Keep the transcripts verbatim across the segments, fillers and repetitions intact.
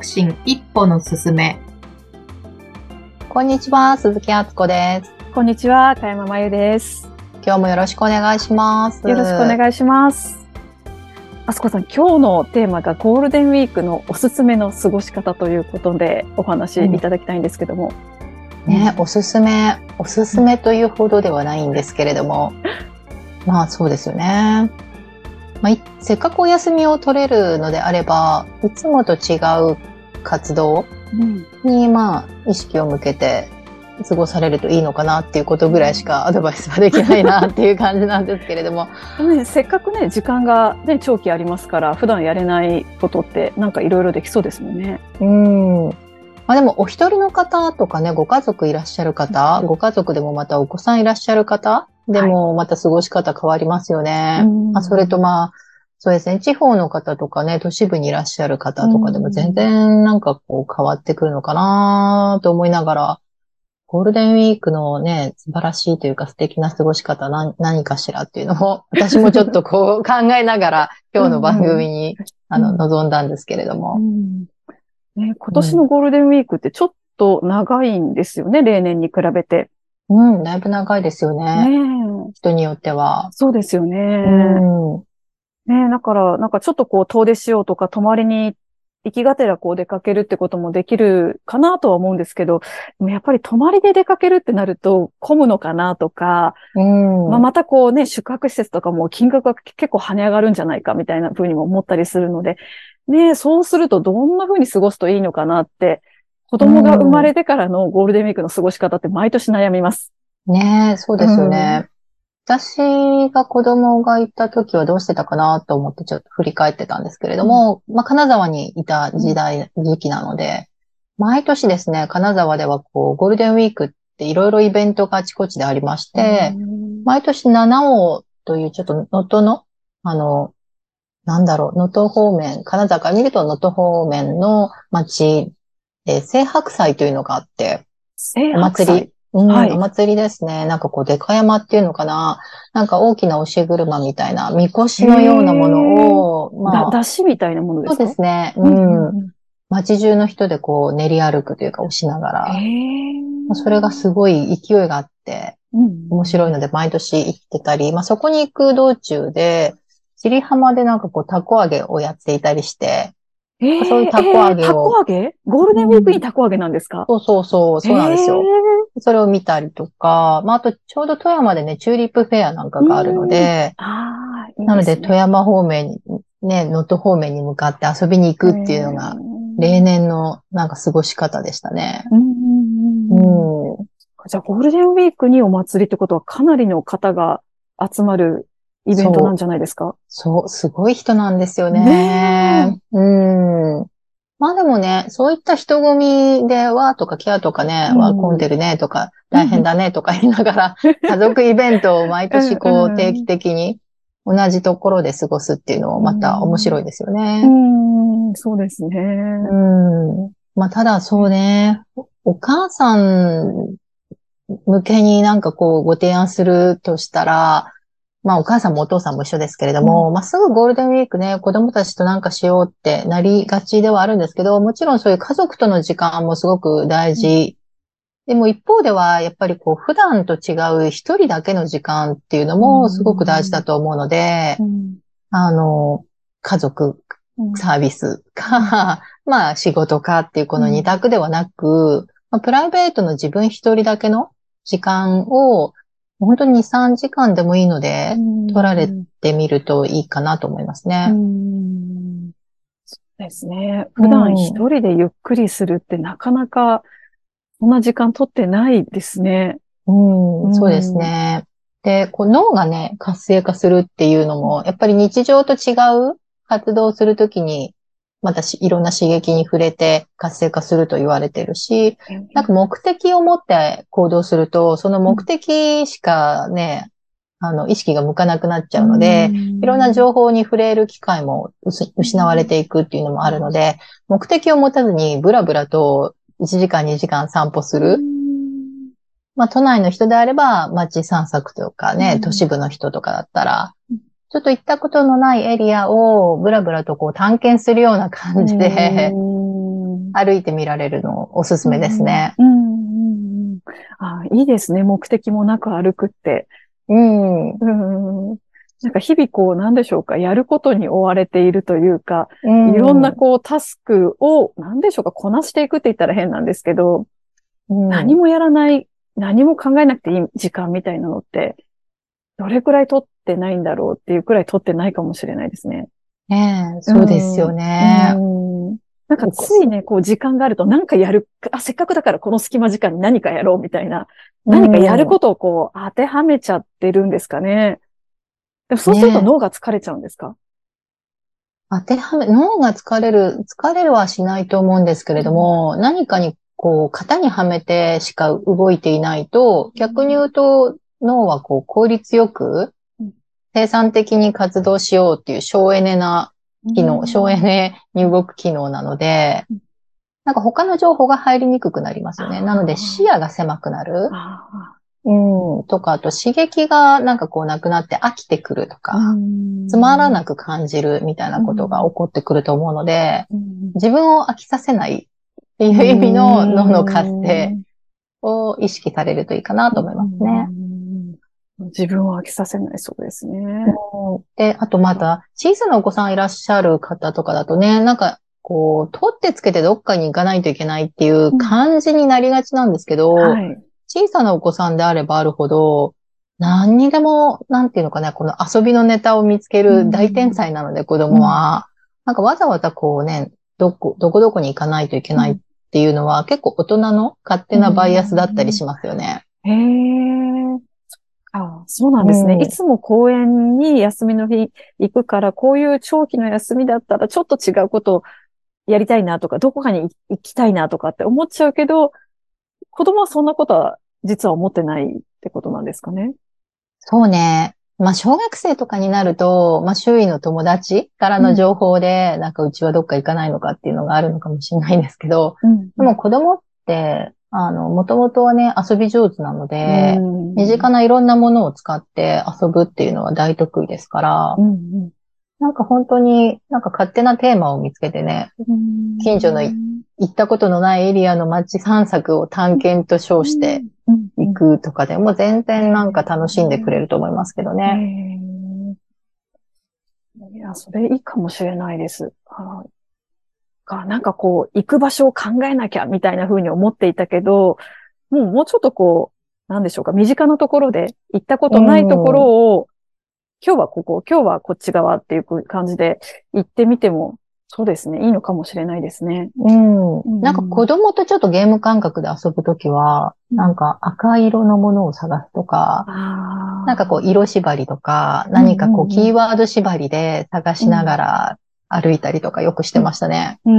促進一歩のすすめ。 こんにちは、鈴木敦子です。 こんにちは、かやままゆです。 今日もよろしくお願いします。 よろしくお願いします。あすこさん、今日のテーマがゴールデンウィークのおすすめの過ごし方ということでお話いただきたいんですけども。 うん、ね、おすすめ、おすすめというほどではないんですけれども、まあそうですよね。まあ、せっかくお休みを取れるのであれば、いつもと違う活動に、まあ、意識を向けて過ごされるといいのかなっていうことぐらいしかアドバイスはできないなっていう感じなんですけれども。 ね、せっかくね、時間がね、長期ありますから、普段やれないことってなんかいろいろできそうですもんね。 うん。まあでも、お一人の方とかね、ご家族いらっしゃる方、うん、ご家族でもまたお子さんいらっしゃる方でもまた過ごし方変わりますよね。はい、まあ、それとまあ、そうですね、地方の方とかね、都市部にいらっしゃる方とかでも全然なんかこう変わってくるのかなと思いながら、ゴールデンウィークのね、素晴らしいというか素敵な過ごし方何、何かしらっていうのを、私もちょっとこう考えながら今日の番組にあの臨んだんですけれども。 うんね、今年のゴールデンウィークってちょっと長いんですよね、例年に比べて。 うん、だいぶ長いですよね。ね、人によっては。 そうですよね。 うん、 ね、だから、なんかちょっとこう遠出しようとか、泊まりに行きがてらこう出かけるってこともできるかなとは思うんですけど、でもやっぱり泊まりで出かけるってなると混むのかなとか、うん、まあ、またこうね、宿泊施設とかも金額が結構跳ね上がるんじゃないかみたいな風にも思ったりするので、ね、そうするとどんな風に過ごすといいのかなって、子供が生まれてからのゴールデンウィークの過ごし方って毎年悩みます。 ねえ、そうですよね。うん、私が子供がいた時はどうしてたかなと思ってちょっと振り返ってたんですけれども、うん、まあ、金沢にいた時代、時期なので、毎年ですね、金沢ではこう、ゴールデンウィークっていろいろイベントがあちこちでありまして、うん、毎年七尾というちょっと能登の、あの、なんだろう、能登方面、金沢から見ると能登方面の町で、青白祭というのがあって、 青白祭うん、はい、お祭りですね。なんかこう、でか山っていうのかな。なんか大きな押し車みたいな、みこしのようなものを、 まあ。だ、出汁みたいなものですか？ そうですね。うん。うん、街中の人でこう、練り歩くというか、押しながら。それがすごい勢いがあって、面白いので毎年行ってたり、まあそこに行く道中で、尻浜でなんかこう、タコ揚げをやっていたりして、 えー、 そういうタコ揚げを、 えー、タコ揚げ？ゴールデンウィークにタコ揚げなんですか？ うん、そうそうそう、そうなんですよ。えー、それを見たりとか、まあ、あと、ちょうど富山でね、チューリップフェアなんかがあるので、 あー、いいですね。 なので、富山方面に、ね、能登方面に向かって遊びに行くっていうのが、例年のなんか過ごし方でしたね。 うんうんうん、じゃあ、ゴールデンウィークにお祭りってことはかなりの方が集まるイベントなんじゃないですか？ そう、そうすごい人なんですよね。ねえ。うん。まあでもね、そういった人混みではとかケアとかね、は、うん、混んでるねとか、大変だねとか言いながら、家族イベントを毎年こう定期的に同じところで過ごすっていうのもまた面白いですよね。 うん、うん、そうですね。 うん。まあただそうね、お母さん向けになんかこうご提案するとしたら、まあお母さんもお父さんも一緒ですけれども、うん、まあすぐゴールデンウィークね、子供たちとなんかしようってなりがちではあるんですけど、もちろんそういう家族との時間もすごく大事。うん、でも一方では、やっぱりこう普段と違う一人だけの時間っていうのもすごく大事だと思うので、うん、あの、家族サービスか、うん、まあ仕事かっていうこの二択ではなく、まあ、プライベートの自分一人だけの時間を本当にに、さんじかんでもいいので、取られてみるといいかなと思いますね。 うん、そうですね。普段一人でゆっくりするってなかなかそんな時間取ってないですね。 うん、うん、そうですね。で、こう脳がね、活性化するっていうのも、やっぱり日常と違う活動をするときに、またいろんな刺激に触れて活性化すると言われてるし、なんか目的を持って行動すると、その目的しかね、あの、意識が向かなくなっちゃうので、いろんな情報に触れる機会も失われていくっていうのもあるので、目的を持たずにブラブラといちじかんにじかん散歩する。まあ、都内の人であれば街散策とかね、都市部の人とかだったら、ちょっと行ったことのないエリアをブラブラとこう探検するような感じで、 歩いてみられるのおすすめですね。 うんうんうんうん、あ、いいですね。目的もなく歩くって。 うん。 うん、なんか日々こう、なんでしょうか、やることに追われているというか、 うん、 いろんなこう、タスクを、なんでしょうか、こなしていくって言ったら変なんですけど、 うん、 何もやらない、何も考えなくていい時間みたいなのって、どれくらい取ってないんだろうっていうくらい取ってないかもしれないですね。 ねえ、そうですよね。 うん。なんかついね、こう時間があるとなんかやる、あ、せっかくだからこの隙間時間に何かやろうみたいな、何かやることをこう当てはめちゃってるんですかね。でもそうすると脳が疲れちゃうんですか？ 当てはめ、脳が疲れる、疲れるはしないと思うんですけれども、うん、何かにこう、型にはめてしか動いていないと、逆に言うと脳はこう、効率よく、生産的に活動しようっていう省エネな機能、省エネに動く機能なので、なんか他の情報が入りにくくなりますよね。なので視野が狭くなる。うん、とか、あと刺激がなんかこうなくなって飽きてくるとか、つまらなく感じるみたいなことが起こってくると思うので、自分を飽きさせないっていう意味の脳の活性を意識されるといいかなと思いますね。 自分を飽きさせないそうですね。 で、あとまた、小さなお子さんいらっしゃる方とかだとね、なんかこう、取ってつけてどっかに行かないといけないっていう感じになりがちなんですけど、うんはい、小さなお子さんであればあるほど、何にでも、なんていうのかな、この遊びのネタを見つける大天才なので、子供は、うん、なんかわざわざこうね、どこ、どこどこに行かないといけないっていうのは、うん、結構大人の勝手なバイアスだったりしますよね。 へー。ああ、そうなんですね、うん。いつも公園に休みの日行くから、こういう長期の休みだったらちょっと違うことをやりたいなとか、どこかに行きたいなとかって思っちゃうけど、子供はそんなことは実は思ってないってことなんですかね。 そうね。まあ、小学生とかになると、まあ、周囲の友達からの情報で、うん、なんかうちはどっか行かないのかっていうのがあるのかもしれないんですけど、うん、でも子供って、あの、もともとはね、遊び上手なので、うん、身近ないろんなものを使って遊ぶっていうのは大得意ですから、うんうん、なんか本当になんか勝手なテーマを見つけてね、うん、近所の行ったことのないエリアの街散策を探検と称して行くとかでも全然なんか楽しんでくれると思いますけどね。 いや、それいいかもしれないです。かなんかこう、行く場所を考えなきゃみたいな風に思っていたけど、もうもうちょっとこう、なんでしょうか、身近なところで行ったことないところを、今日はここ、今日はこっち側っていう感じで行ってみても、そうですね、いいのかもしれないですね。 うん。うん、なんか子供とちょっとゲーム感覚で遊ぶときは、うん、なんか赤色のものを探すとか、なんかこう色縛りとか、何かこうキーワード縛りで探しながら歩いたりとかよくしてましたね。 うん。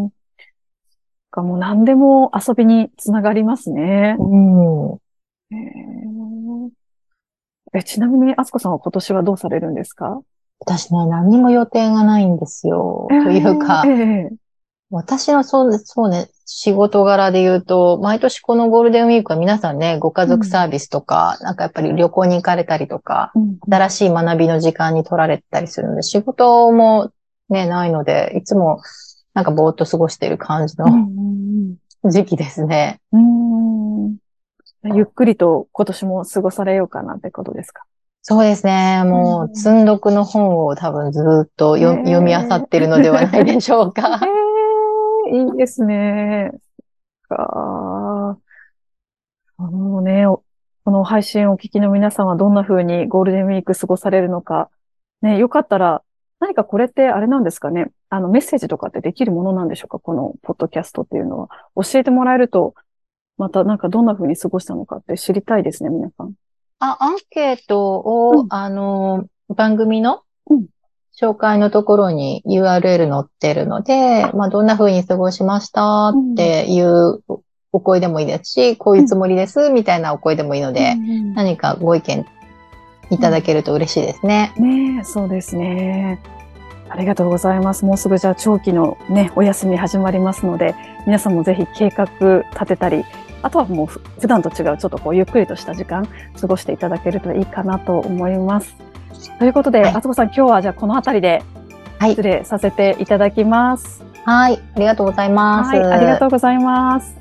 うんかもう何でも遊びにつながりますね。うんえー、えちなみに、あつこさんは今年はどうされるんですか？ 私ね、何も予定がないんですよ。えー、というか、えー、私のそう、そうね、仕事柄で言うと、毎年このゴールデンウィークは皆さんね、ご家族サービスとか、うん、なんかやっぱり旅行に行かれたりとか、うん、新しい学びの時間に取られたりするので、仕事もね、ないので、いつもなんかぼーっと過ごしている感じの、うん、時期ですね。 うんゆっくりと今年も過ごされようかなってことですか？ そうですね。もう、積んどくの本を多分ずっと読、えー、読み漁ってるのではないでしょうか。 えー、いいですね。かあのね、この配信をお聞きの皆さんはどんな風にゴールデンウィーク過ごされるのか。ね、よかったら、何かこれってあれなんですかね。あの、メッセージとかってできるものなんでしょうか？このポッドキャストっていうのは。教えてもらえると、またなんかどんな風に過ごしたのかって知りたいですね、皆さん。 あ、アンケートを、うん、あの、番組の紹介のところに ユーアールエル 載ってるので、まあ、どんな風に過ごしましたっていうお声でもいいですし、こういうつもりですみたいなお声でもいいので、うん、何かご意見いただけると嬉しいですね。 うん、ねえ、そうですね。ありがとうございます。もうすぐじゃあ長期のね、お休み始まりますので、皆さんもぜひ計画立てたり、あとはもう普段と違うちょっとこうゆっくりとした時間過ごしていただけるといいかなと思います。ということで、はい、あつこさん今日はじゃあこのあたりで失礼させていただきます。 はいはい、ありがとうございます。 はい、ありがとうございます。